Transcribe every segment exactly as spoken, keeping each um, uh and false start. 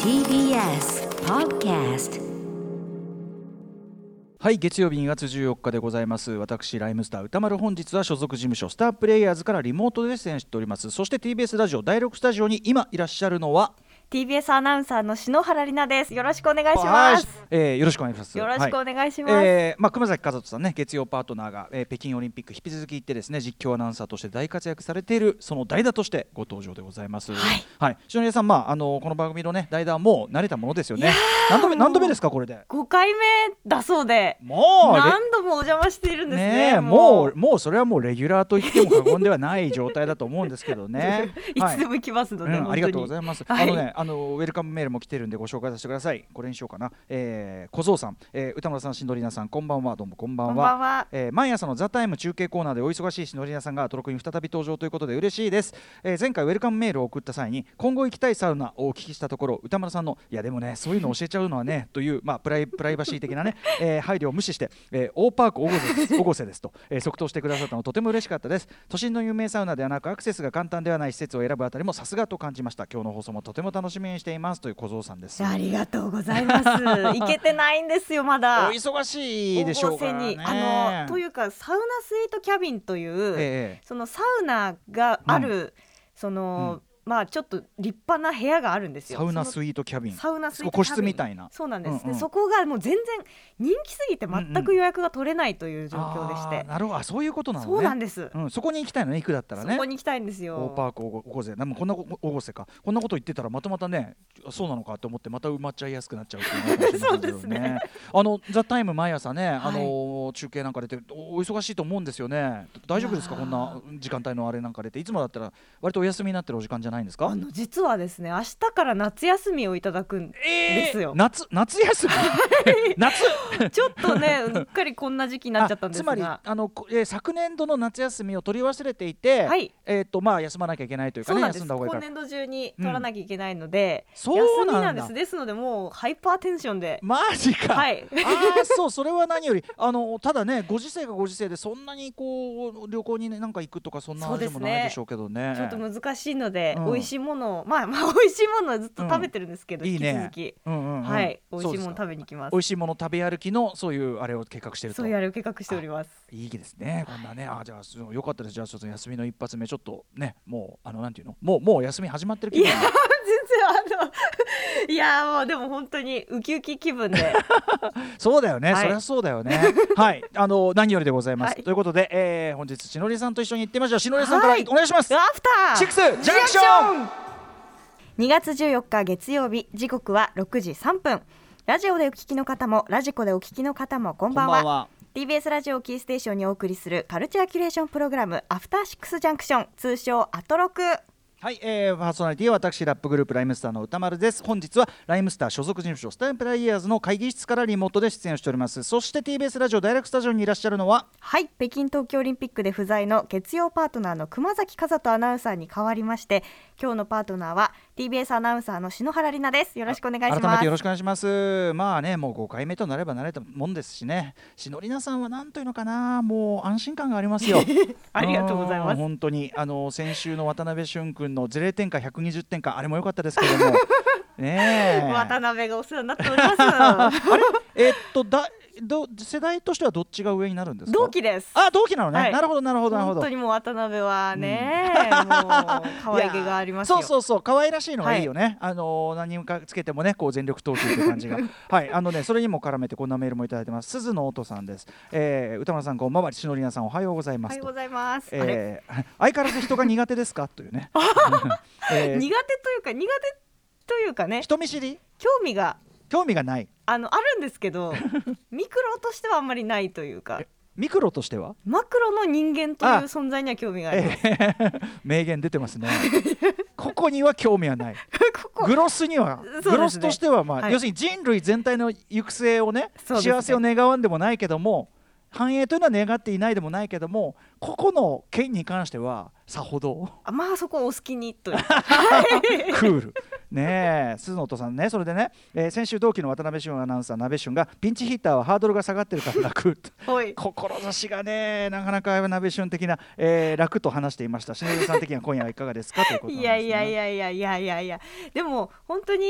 ティービーエス Podcast。 はい、月曜日にがつじゅうよっかでございます。私ライムスター歌丸、本日は所属事務所スタープレイヤーズからリモートで出演しております。そして ティービーエス ラジオだいろくスタジオに今いらっしゃるのはティービーエス アナウンサーの篠原里奈です。よろしくお願いします。 えー、よろしくお願いします。 よろしくお願いします。 はい、えーまあ、熊崎和人さんね、月曜パートナーが、えー、北京オリンピック引き続き行ってですね、実況アナウンサーとして大活躍されているその代打としてご登場でございます。 はい、 はい、篠宮さん、まあ、あのこの番組のね代打はもう慣れたものですよね。何度目何度目ですかこれで。 ごかいめだそうで、 もう何度もお邪魔しているんですね。 ね、もうもうそれはもうレギュラーと言っても過言ではない状態だと思うんですけどね。 いつでも行きますので、 はい、うん、ありがとうございます。 はい、 あのね、あのウェルカムメールも来てるんでご紹介させてください。これにしようかな。えー、小僧さん、えー、歌村さん、しのりなさん、こんばんは。どうもこんばんは。 こんばんは。 えー、毎朝のザタイム中継コーナーでお忙しいしのりなさんがトロクに再び登場ということで嬉しいです。えー、前回ウェルカムメールを送った際に今後行きたいサウナをお聞きしたところ、歌村さんのいやでもねそういうの教えちゃうのはねという、まあ、プライプライバシー的なね、えー、配慮を無視して、えー、大パーク大御瀬です、大御瀬ですと、えー、即答してくださったのとても嬉しかったです。都心の有名サウナではなくアクセスが簡単ではない施設を選ぶあたりもさすがと感じました。今日の放送もとても楽しみにしていますという小僧さんです。 ありがとうございます。行けてないんですよまだ。 お忙しいでしょうからね。 あのというかサウナスイートキャビンという、 ええ、 そのサウナがある、うん、その、うん、まあちょっと立派な部屋があるんですよ。 サウナスイートキャビン、 サウナスイートキャビン、 個室みたいな。 そうなんです、 うんうん、 でそこがもう全然人気すぎて全く予約が取れないという状況でして、 うんうん、なるほど、あ、そういうことなのね。 そうなんです、 うん、そこに行きたいのね、行くだったらね。 そこに行きたいんですよ。 大パーク大御瀬、でもこんな大御瀬か、こんなこと言ってたらまたまたね、そうなのかと思ってまた埋まっちゃいやすくなっちゃうっていう、ね、 そうですね。 あのザタイム毎朝ね、 はい、 あの中継なんか出てお忙しいと思うんですよね。大丈夫ですか、こんな時間帯のあれなんか出て。いつもだったら割とお休みになってるお時間じゃないんですか。 あの実はですね、明日から夏休みをいただくんですよ。 えー、夏夏休み夏ちょっとねうっかりこんな時期になっちゃったんですが、 つまりあの、えー、昨年度の夏休みを取り忘れていて、はい、えーとまあ、休まなきゃいけないというかね、休んだ方がいいから今年度中に取らなきゃいけないので、 うん、そうなんだ。 休みなんです。ですのでもうハイパーテンションで。 マジか、 はい、 あそうそれは何よりあのただね、ご時世がご時世でそんなにこう旅行に、ね、なんか行くとかそんな話でもないでしょうけど ね, ねちょっと難しいので、うん、美味しいものを、まあ、まあ美味しいものをずっと食べてるんですけど、うん、引き続きいい、ね、うんうんうん、はい、美味しいもの食べに行きます。 美味しいもの食べ歩きのそういうあれを計画してると。 そういうあれを計画しております。 いいですね、こんなね。あ、じゃあよかったです。じゃあちょっと休みの一発目ちょっとね、もうあのなんていうの、もうもう休み始まってる気分。 いや全然あのいやもうでも本当にウキウキ気分でそうだよね、はい、そりゃそうだよねはい、あの何よりでございます、はい、ということで、えー、本日しのりさんと一緒に行ってみましょう。しのりさんからお願いします。 アフターシックスジャンクション。 にがつじゅうよっか月曜日、時刻はろくじさんぷん。ラジオでお聞きの方もラジコでお聞きの方もこんばんは。 こんばんは。 ティービーエス ラジオキーステーションにお送りするカルチャーキュレーションプログラム、アフターシックスジャンクション、通称アトロク。 はい、えー、パーソナリティは私ラップグループライムスターの歌丸です。本日はライムスター所属事務所スタープレイヤーズの会議室からリモートで出演しております。そして ティービーエス ラジオダイレクトスタジオにいらっしゃるのは、 はい、北京冬季オリンピックで不在の月曜パートナーの熊崎和人アナウンサーに代わりまして、今日のパートナーは ティービーエス アナウンサーの篠原里奈です。よろしくお願いします。 改めてよろしくお願いします。まあね、もうごかいめとなればなれたもんですしね、しのりなさんはなんというのかな、もう安心感がありますよありがとうございます。 本当にあの先週の渡辺俊君のゼロ点かひゃくにじゅってんか、あれも良かったですけどもねえ渡辺がお世話になっておりますあれえー、っとだど世代としてはどっちが上になるんですか。 同期です。 あ、同期なのね、はい、なるほどなるほどなるほど。 本当にもう渡辺はね、うん、もう可愛げがありますよ。 そうそうそう、可愛らしいのがいいよね、はい、あのー、何かつけてもね、こう全力投球という感じがはい、あのね、それにも絡めてこんなメールもいただいてます。鈴の音さんです。えー、歌丸さんこんばんは、しのりなさんおはようございます。 おはようございます、 えー、相変わらず人が苦手ですかというね、 えー、苦手というか苦手というかね、 人見知り、 興味が興味がないあのあるんですけどミクロとしてはあんまりないというか、 ミクロとしてはマクロの人間という存在には興味があります。 えー、名言出てますねここには興味はないここグロスには、ね、グロスとしては、まあ、はい、要するに人類全体の行く末を ね, ね幸せを願わんでもないけども、繁栄というのは願っていないでもないけども、ここの件に関してはさほど、 あ、まあそこお好きにというクールねえ、鈴の音さんね。それでね、えー、先週同期の渡辺俊アナウンサー、鍋俊がピンチヒッターはハードルが下がってるから楽志がね、なかなか鍋俊的な、えー、楽と話していました。しのりさん的には今夜はいかがですかということなんですね。 いやいやいやいやいやいやいや、でも本当に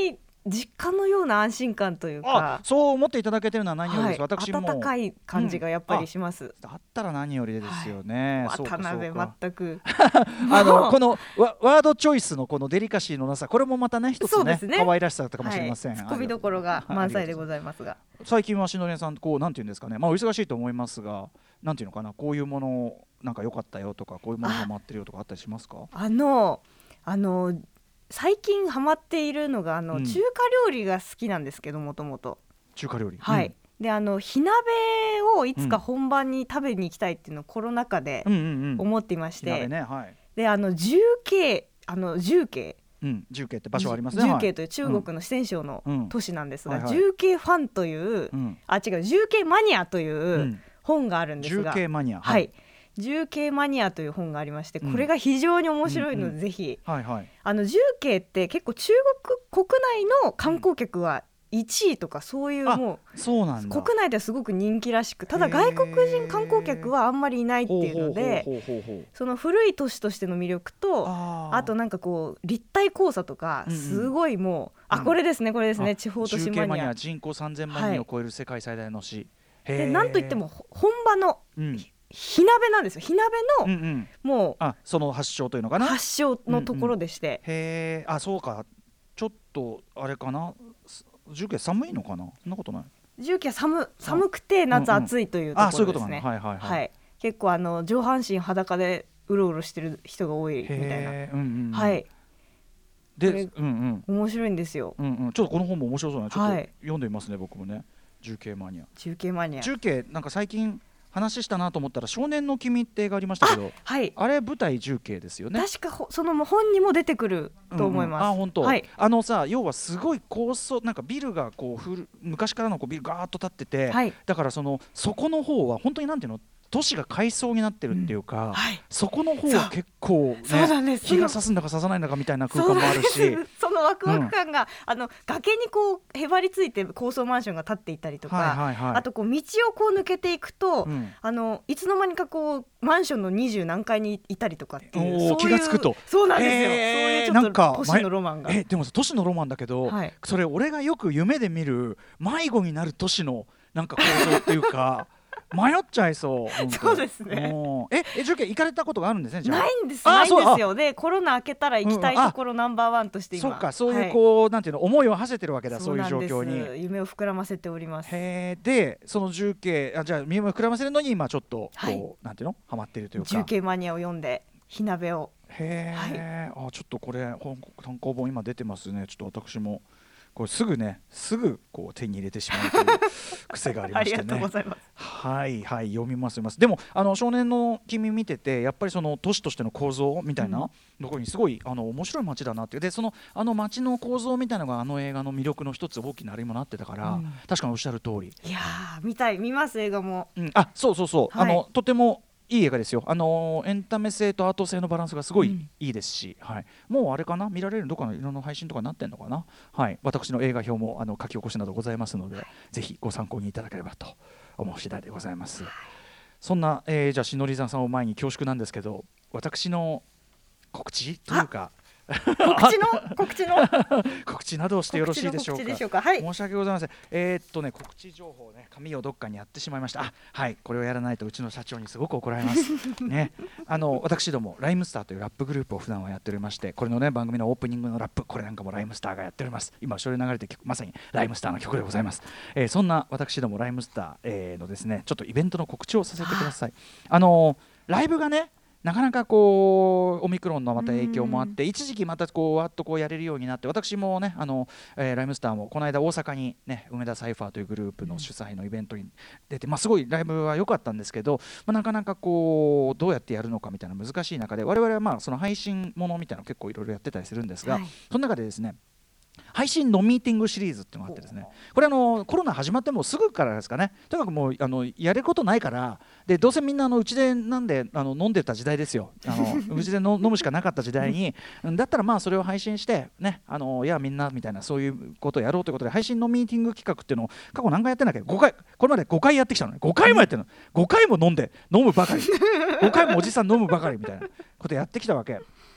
実家のような安心感というあか、 そう思っていただけてるのは何よりです、 はい、 私も温かい感じがやっぱりします、 うん、だったら何よりですよね、 はい、 そうか渡辺そうか全くあのこのワワードチョイスのこのデリカシーのなさ、これもまたね一つ ね, ね可愛らしさだったかもしれません、 はい、ツッコミどころが満載でございますが、 最近はしのりさんこうなんていうんですかね、まあお忙しいと思いますが、なんていうのかな、こういうものなんか良かったよとか、こういうものハマってるよとかあったりしますか？ あのあの最近ハマっているのがあの、うん、中華料理が好きなんですけど、もともと中華料理、 はい、 うん、 であの火鍋をいつか本番に食べに行きたいっていうのをコロナ禍で思っていまして、うんうんうん、火鍋ね、はい、であの重慶あの重慶うん、重慶って場所ありますね。 重慶という中国の四川省の都市なんですが、 うんはいはい、 重慶ファンという、うん、あ違う重慶マニアという本があるんですが、 重慶マニア、 はい、重慶マニアという本がありまして、これが非常に面白いので、うん、ぜひ、はいはい、あの重慶って結構中国国内の観光客はいちいとかそういう、もうそうなんだ、 国内ではすごく人気らしく、ただ外国人観光客はあんまりいないっていうので、その古い都市としての魅力と、 あ, あとなんかこう立体交差とか、すごいもう、うんうん、あこれですねこれですね、うん、地方都市マニア、 重慶マニア人口さんぜんまん人を超える世界最大の市、 はい、でなんといっても本場の、うん火鍋なんですよ。火鍋の、うんうん、もうあその発祥というのかな、 発祥のところでして、 うんうん、へあそうか、ちょっとあれかな、重慶寒いのかな、そんなことない、 重慶は 寒, 寒くて夏暑いというところですね、うんうん、あそういうことなの、 はいはいはい、 はい、結構あの上半身裸でうろうろしてる人が多いみたいな、うんうん、はいで、うんうん、面白いんですよ、 うんうん、ちょっとこの本も面白そうな、ちょっと読んでみますね、はい、僕もね、重慶マニア重慶マニア重慶なんか最近話したなと思ったら少年の君って映画ありましたけど、 あ,、はい、あれ舞台重慶ですよね。 確かその本にも出てくると思います、 うんうん、あ本当、はい、あのさ要はすごい高層なんかビルがこう古昔からのこうビルガーッと建ってて、はい、だからそのそこの方は本当になんていうの都市が階層になってるっていうか、うんはい、そこの方は結構、ね、日が差すんだか差さないんだかみたいな空間もあるし、 そのワクワク感が、うん、あの崖にこうへばりついて高層マンションが建っていたりとか、はいはいはい、あとこう道をこう抜けていくと、うん、あのいつの間にかこうマンションの二十何階にいたりとかっていう、そういう気がつくと、 そうなんですよ、そういうちょっと都市のロマンが、 えでも都市のロマンだけど、はい、それ俺がよく夢で見る迷子になる都市のなんか構造っていうか迷っちゃいそう。 そうですね。 え、え、重慶行かれたことがあるんですね。じゃあないんです。ないんですよ。で、コロナ明けたら行きたいところナンバーワンとして今。 そうか、そういうこう、はい、なんていうの思いを馳せてるわけだ。そういう状況に。 夢を膨らませております。 へー、で、その重慶、あ、じゃあ夢を膨らませるのに今ちょっとこう、はい、なんていうのハマってるというか。 重慶マニアを読んで火鍋を。 へー、はい、あ、ちょっとこれ単行本今出てますね。ちょっと私も。これすぐねすぐこう手に入れてしまうという癖がありましてね。 ありがとうございます。 はいはい読みます読みます。でもあの少年の君見ててやっぱりその都市としての構造みたいなところにすごいあの面白い街だなっていうでそのあの街の構造みたいなのがあの映画の魅力の一つ大きなあれにもなってたから、うん、確かにおっしゃる通り。 いやー見たい見ます映画も。 うん、あそうそうそう、はい、あのとてもいい映画ですよ。あのー、エンタメ性とアート性のバランスがすごいいいですし、うんはい、もうあれかな見られるどこかのいろんな配信とかになってんのかな、はい、私の映画表もあの書き起こしなどございますのでぜひご参考にいただければと思う次第でございます。そんな、えー、じゃあしのりざんさんを前に恐縮なんですけど私の告知というか告知の告知の告知などをしてよろしいでしょうか。 しょうか、はい、 申し訳ございません。えー、っとね告知情報ね紙をどっかにやってしまいました。あはいこれをやらないとうちの社長にすごく怒られますね。あの私どもライムスターというラップグループを普段はやっておりましてこれのね番組のオープニングのラップこれなんかもライムスターがやっております。今後ろに流れてまさにライムスターの曲でございます。えー、そんな私どもライムスター、えー、のですねちょっとイベントの告知をさせてください。あのライブがねなかなかこうオミクロンのまた影響もあって一時期またこうわっとこうやれるようになって私もねあの、えー、ライムスターもこの間大阪にね梅田サイファーというグループの主催のイベントに出て、まあ、すごいライブは良かったんですけど、まあ、なかなかこうどうやってやるのかみたいな難しい中で我々はまあその配信ものみたいなの結構いろいろやってたりするんですが、はい、その中でですね配信のミーティングシリーズっていうのがあってですねこれあのコロナ始まってもすぐからですかねとにかくもうあのやることないからでどうせみんなあのうちでなんであの飲んでた時代ですよあのうちでの飲むしかなかった時代にだったらまあそれを配信してねあのいやみんなみたいなそういうことをやろうということで配信のミーティング企画っていうのを過去何回やってんだっけごかいこれまでごかいやってきたのねごかいもやってるのごかいも飲んで飲むばかりごかいもおじさん飲むばかりみたいなことやってきたわけ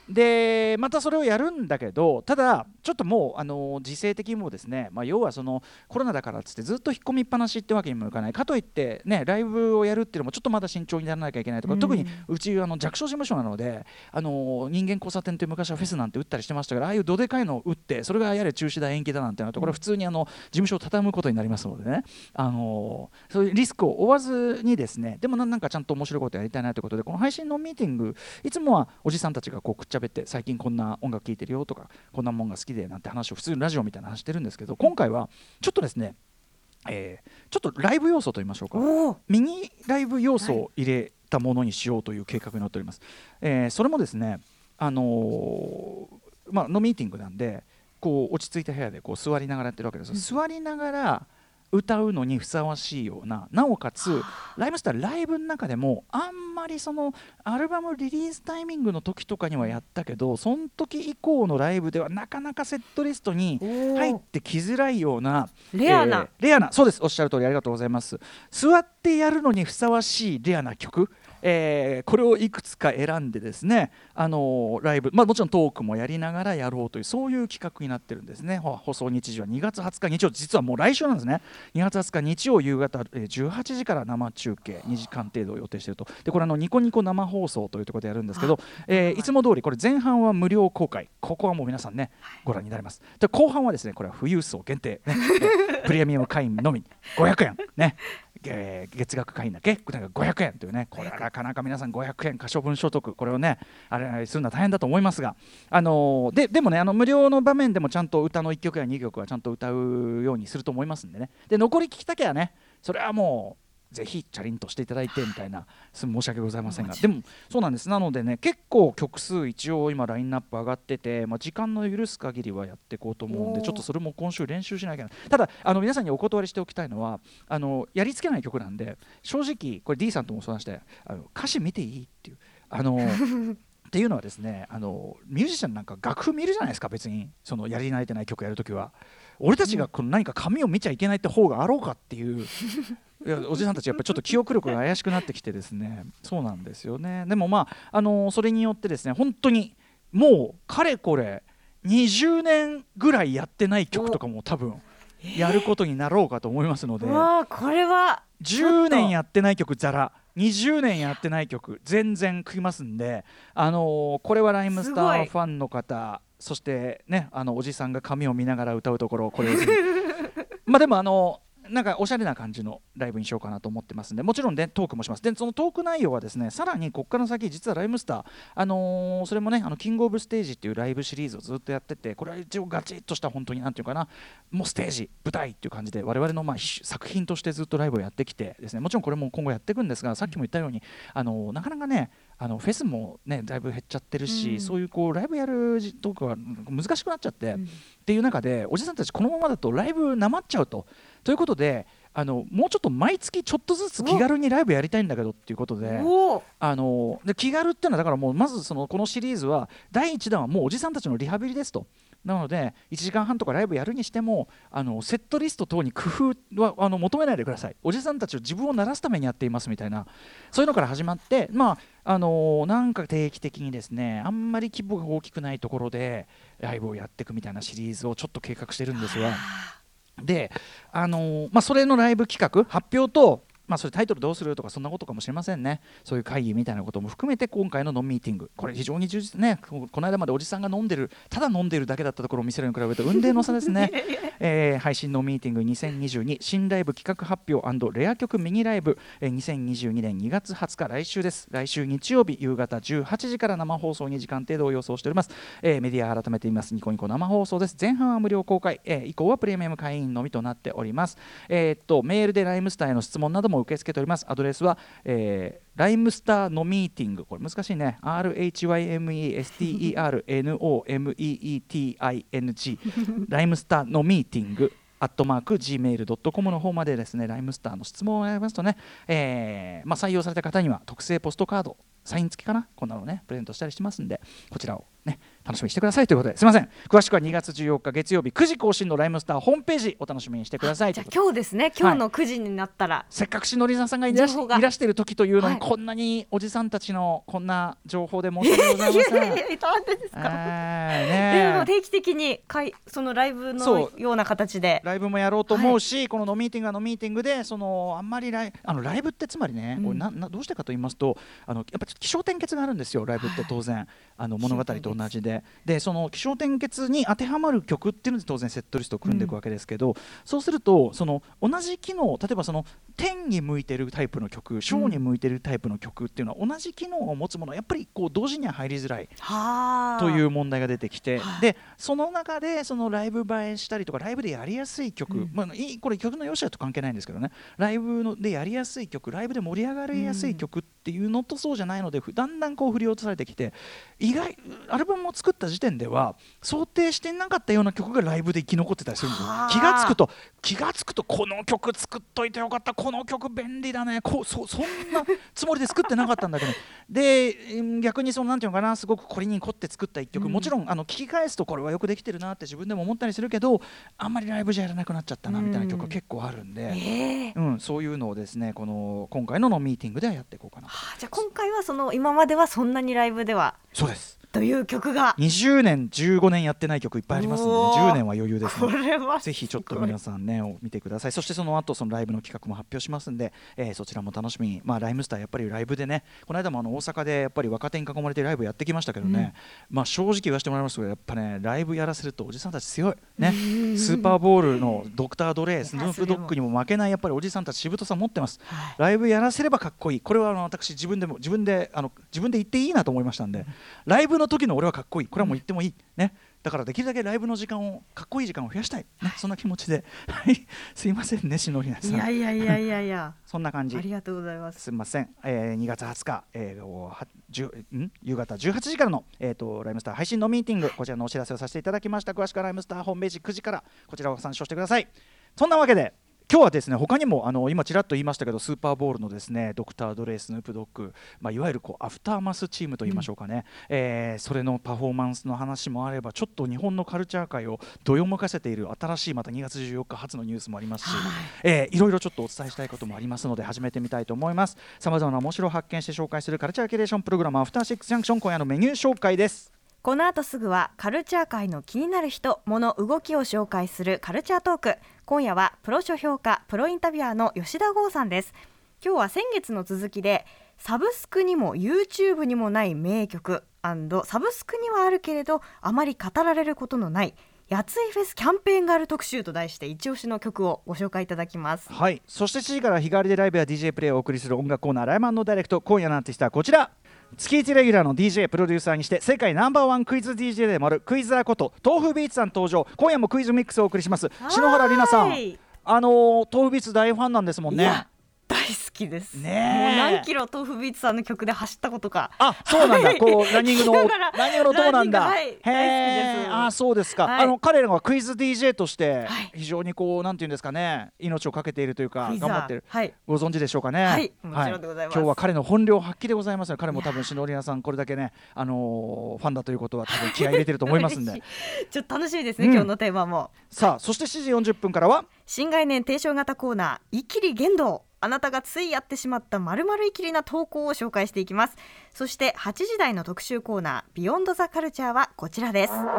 でまたそれをやるんだけど、ただちょっともうあの時勢的にもですね、まあ、要はそのコロナだからっつってずっと引っ込みっぱなしってわけにもいかないかといってね、ライブをやるっていうのもちょっとまだ慎重にならなきゃいけないとか、うん、特にうちあの弱小事務所なので、あの人間交差点という昔はフェスなんて打ったりしてましたから、ああいうどでかいのを打ってそれがやれ中止だ延期だなんてなるとこれは普通にあの事務所を畳むことになりますのでね、あのそういうリスクを負わずにですね、でもなんかちゃんと面白いことやりたいなということで、この配信のミーティングいつもはおじさんたちがこうくっちゃべって最近こんな音楽聴いてるよとかこんなもんが好きでなんて話を普通にラジオみたいな話してるんですけど、今回はちょっとですね、えー、ちょっとライブ要素といいましょうか、ミニライブ要素を入れたものにしようという計画になっております。えー、それもですね、あのーまあ、のミーティングなんでこう落ち着いた部屋でこう座りながらやってるわけです、うん、座りながら歌うのにふさわしいような、なおかつライブスターライブの中でもあんまりそのアルバムリリースタイミングの時とかにはやったけど、その時以降のライブではなかなかセットリストに入ってきづらいようなレアな、 えー、レアな、そうです、おっしゃる通りありがとうございます。座ってやるのにふさわしいレアな曲、えー、これをいくつか選んでですね、あのー、ライブ、まあ、もちろんトークもやりながらやろうというそういう企画になってるんですね。放送日時はにがつはつか日曜、実はもう来週なんですね。にがつはつか日曜夕方じゅうはちじから生中継にじかん程度を予定していると。でこれあのニコニコ生放送というところでやるんですけど、えー、いつも通りこれ前半は無料公開、ここはもう皆さんねご覧になれます。で後半はですね、これは富裕層限定、ね、プレミアム会員のみごひゃくえんね、えー、月額会員だけごひゃくえんというね、これはなかなか皆さんごひゃくえん可処分所得、これをねあれするのは大変だと思いますが、あのー、で, でもねあの無料の場面でもちゃんと歌のいっきょくやにきょくはちゃんと歌うようにすると思いますんでね。で残り聞きたきゃね、それはもうぜひチャリンとしていただいてみたいな、申し訳ございませんが、でもそうなんです。なのでね結構曲数一応今ラインナップ上がってて、まあ、時間の許す限りはやっていこうと思うんで、ちょっとそれも今週練習しなきゃな。ただあの皆さんにお断りしておきたいのは、あのやりつけない曲なんで、正直これ D さんとも相談して、あの歌詞見ていいっていう、あのっていうのはですね、あのミュージシャンなんか楽譜見るじゃないですか。別にそのやり慣れてない曲やるときは俺たちがこの何か紙を見ちゃいけないって方があろうかっていういやおじさんたちやっぱりちょっと記憶力が怪しくなってきてですね、そうなんですよね。でもまあ、あのー、それによってですね、本当にもうかれこれにじゅうねんぐらいやってない曲とかも多分やることになろうかと思いますので、 えー、わこれはじゅうねんやってない曲ザラ、にじゅうねんやってない曲全然食いますんで、あのー、これはライムスターファンの方、そしてね、あのおじさんが紙を見ながら歌うところ、これをまあでもあのなんかおしゃれな感じのライブにしようかなと思ってますんで、もちろんでトークもします。でそのトーク内容はですね、さらにここから先実はライムスター、あのー、それもねあのキングオブステージっていうライブシリーズをずっとやってて、これは一応ガチッとした本当になんていうかな、もうステージ舞台っていう感じで我々のまあ作品としてずっとライブをやってきてですね、もちろんこれも今後やっていくんですが、さっきも言ったようにあのー、なかなかねあのフェスもねだいぶ減っちゃってるし、うん、そういうこうライブやるとこは難しくなっちゃって、うん、っていう中でおじさんたちこのままだとライブなまっちゃうとということで、あのもうちょっと毎月ちょっとずつ気軽にライブやりたいんだけどっていうことで、あので気軽っていうのはだからもうまずそのこのシリーズはだいいちだんはもうおじさんたちのリハビリですと。なのでいちじかんはんとかライブやるにしてもあのセットリスト等に工夫はあの求めないでください。おじさんたちを自分を鳴らすためにやっていますみたいな、そういうのから始まって、まああのなんか定期的にですね、あんまり規模が大きくないところでライブをやっていくみたいなシリーズをちょっと計画してるんですが、で、あのーまあ、それのライブ企画発表と、まあ、それタイトルどうするとかそんなことかもしれませんね。そういう会議みたいなことも含めて今回のノンミーティング、これ非常に充実ね。この間までおじさんが飲んでるただ飲んでるだけだったところを見せるに比べると雲泥の差ですね、えー、配信ノンミーティングにせんにじゅうに新ライブ企画発表&レア曲ミニライブ、えー、にせんにじゅうにねんにがつはつか来週です。来週日曜日夕方じゅうはちじから生放送にじかん程度を予想しております、えー、メディア改めて言います。ニコニコ生放送です。前半は無料公開、えー、以降はプレミアム会員のみとなっております。えー、っとメールでライムスターへの質問なども受け付けております。アドレスは、えー、ライムスターのミーティング、これ難しいね、 アールエイチワイエムイーエスティーイーアールエヌオーエムイーイーティーアイエヌジー ライムスターのミーティングアットマーク ジーメールドットコム の方までですね、ライムスターの質問をやりますとね、えーまあ、採用された方には特製ポストカードサイン付きかな、こんなのねプレゼントしたりしてますんで、こちらをね楽しみにしてくださいということで、すいません、詳しくはにがつじゅうよっか月曜日くじ更新のライムスターホームページお楽しみにしてください。 じゃあ今日ですね、今日のくじになったら、はい、 せっかくしのりさんがいらし、いらしている時というのに、はい、こんなにおじさんたちのこんな情報で申し訳ございません。いやいやいや、 なんでですか。 ね、 でも定期的にかいそのライブのような形でライブもやろうと思うし、はい、このノミーティングはノミーティングでそのあんまりライあのライブってつまりね、うん、これななどうしてかと言いますと、あのやっぱ起承転結があるんですよ、ライブって当然、はい、あの物語と同じで、でその起承転結に当てはまる曲っていうので当然セットリストを組んでいくわけですけど、うん、そうするとその同じ機能、例えばその天に向いてるタイプの曲、小に向いてるタイプの曲っていうのは同じ機能を持つものはやっぱりこう同時には入りづらいという問題が出てきて、でその中でそのライブ映えしたりとかライブでやりやすい曲、うん、まあ、いいこれ曲の良しだと関係ないんですけどね、ライブのでやりやすい曲、ライブで盛り上がりやすい曲っていうのとそうじゃないので、だんだんこう振り落とされてきて、意外アルバムを作った時点では想定してなかったような曲がライブで生き残ってたりするんですよ。気がつくと気がつくとこの曲作っといてよかった、この曲便利だね、こう そ, そんなつもりで作ってなかったんだけどで逆にそのなんていうのかな、すごくこれに凝って作った一曲、うん、もちろんあの聞き返すとこれはよくできてるなって自分でも思ったりするけど、あんまりライブじゃやらなくなっちゃったなみたいな曲が結構あるんで、うんえーうん、そういうのをですね、この今回ののミーティングではやっていこうかな、はあ、じゃあ今回はその今まではそんなにライブではそうですという曲がにじゅうねんじゅうごねんやってない曲いっぱいありますので、じゅうねんは余裕ですね。これはぜひちょっと皆さんね見てください。そしてその後そのライブの企画も発表しますんで、えー、そちらも楽しみに、まあ、ライムスターやっぱりライブでね、この間もあの大阪でやっぱり若手に囲まれてライブやってきましたけどね、うん、まあ正直言わせてもらいますけど、やっぱねライブやらせるとおじさんたち強いね、スーパーボールのドクター・ドレー、スヌープドッグにも負けないやっぱりおじさんたちしぶとさ持ってます、はい、ライブやらせればかっこいい。これはあの私自分でも自分であの自分で言っていいなと思いましたんで、ライブの時の俺はかっこいい、これはもう言ってもいいね。だからできるだけライブの時間をかっこいい時間を増やしたい、ね、そんな気持ちではいすいませんね、しのりなさん。 いやいやいやいやいやそんな感じ。 ありがとうございます。 すみません、えー、にがつはつか、えー、ん夕方じゅうはちじからの、えー、とライムスター配信のミーティング、こちらのお知らせをさせていただきました。詳しくはライムスターホームページくじからこちらを参照してください。そんなわけで今日はですね、他にもあの今ちらっと言いましたけど、スーパーボールのですねドクター・ドレー、スヌープドッグ、まあ、いわゆるこうアフターマスチームといいましょうかね、うんえー、それのパフォーマンスの話もあれば、ちょっと日本のカルチャー界をどよめかせている新しいまたにがつじゅうよっか初のニュースもありますし、はいえー、いろいろちょっとお伝えしたいこともありますので始めてみたいと思います。さまざまな面白を発見して紹介するカルチャーキュレーションプログラムアフターシックスジャンクション、今夜のメニュー紹介です。 この後すぐはカルチャー界の気になる人、物、動きを紹介するカルチャートーク。今夜はプロ書評家、プロインタビュアーの吉田剛さんです。今日は先月の続きでサブスクにも YouTube にもない名曲&サブスクにはあるけれどあまり語られることのないやついフェスキャンペーンガール特集と題して一押しの曲をご紹介いただきます。 はい、そしてしちじから日替わりでライブや ディージェー プレイをお送りする音楽コーナーライマンのダイレクト。今夜のアーティストはこちら、月いちレギュラーの ディージェー プロデューサーにして世界ナンバーワンクイズ ディージェー でもあるクイズアーこと豆腐ビーツさん登場。今夜もクイズミックスをお送りします。篠原里奈さん、あのー、豆腐ビーツ大ファンなんですもんね。 大好きです、 ね、 もう何キロ豆腐ビーツさんの曲で走ったことか。 あ、そうなんだ、こうランニングのランニングの友なんだ、 はい、大好きです。 あ、そうですか、はい、あの彼らはクイズ ディージェー として非常にこうなんていうんですかね、命をかけているというか頑張っている、はい、ご存知でしょうかね。 はい、もちろんでございます、 はい、今日は彼の本領発揮でございますので、彼も多分篠里奈さんこれだけね、あのー、ファンだということは多分気合い入れてると思いますんでちょっと楽しみですね、うん、今日のテーマも。 さあ、そしてしちじよんじゅっぷんからは新概念提唱型コーナー、イキリ言動。あなたがついやってしまった〇〇イキリな投稿を紹介していきます。そしてはちじ台の特集コーナー、ビヨンドザカルチャーはこちらです。ノ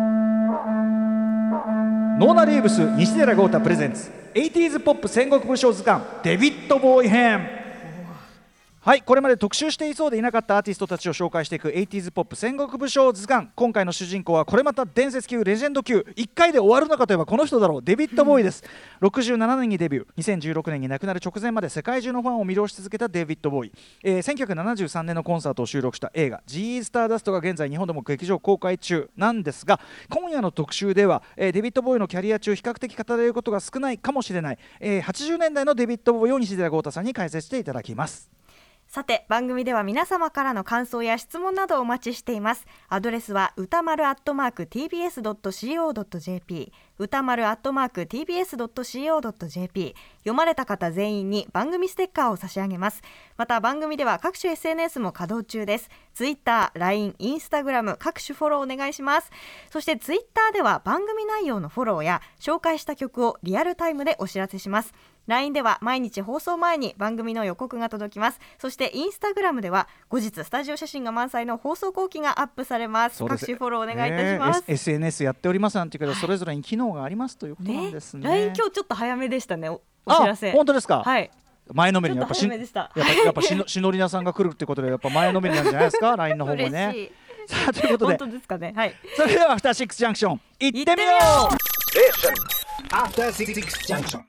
ーナ・リーブス西寺豪太プレゼンツエイティーズポップ戦国武将図鑑デビッド・ボーイ編。はい、これまで特集していそうでいなかったアーティストたちを紹介していくエイティーズポップ戦国武将図鑑。今回の主人公はこれまた伝説級レジェンド級、いっかいで終わるのかといえばこの人だろう、デビッド・ボーイです。ろくじゅうななねんにデビュー、にせんじゅうろくねんに亡くなる直前まで世界中のファンを魅了し続けたデビッド・ボーイ、えー、せんきゅうひゃくななじゅうさんねんのコンサートを収録した映画 ジーイー スターダストが現在日本でも劇場公開中なんですが、今夜の特集では、えー、デビッド・ボーイのキャリア中比較的語られることが少ないかもしれない、えー、はちじゅうねんだいのデビッド・ボーイを西寺豪太さんに解説していただきます。 さて、番組では皆様からの感想や質問などをお待ちしています。アドレスは歌丸アットマーク ティービーエスドットシーオードットジェーピー、 歌丸アットマーク ティービーエスドットシーオードットジェーピー。 読まれた方全員に番組ステッカーを差し上げます。また番組では各種 エスエヌエス も稼働中です。 ツイッター、ライン、インスタグラム各種フォローお願いします。そしてツイッターでは番組内容のフォローや紹介した曲をリアルタイムでお知らせします。ライン では毎日放送前に番組の予告が届きます。そしてインスタグラムでは後日スタジオ写真が満載の放送後期がアップされます。各種フォローお願いいたします、 えー、エスエヌエス やっておりますなんていうけど、それぞれに機能がありますということなんですね。 ライン 今日ちょっと早めでしたね、 お, お知らせ。 あ、本当ですか。 はい、 前のめりにやっぱしやっぱやっぱしのしのりなさんが来るってことでやっぱ前のめりなんじゃないですかライン の方もね。 嬉しい。 さあということで、 本当ですかね。はい、 それではアフターシックスジャンクション行ってみよう。 After Six Junction.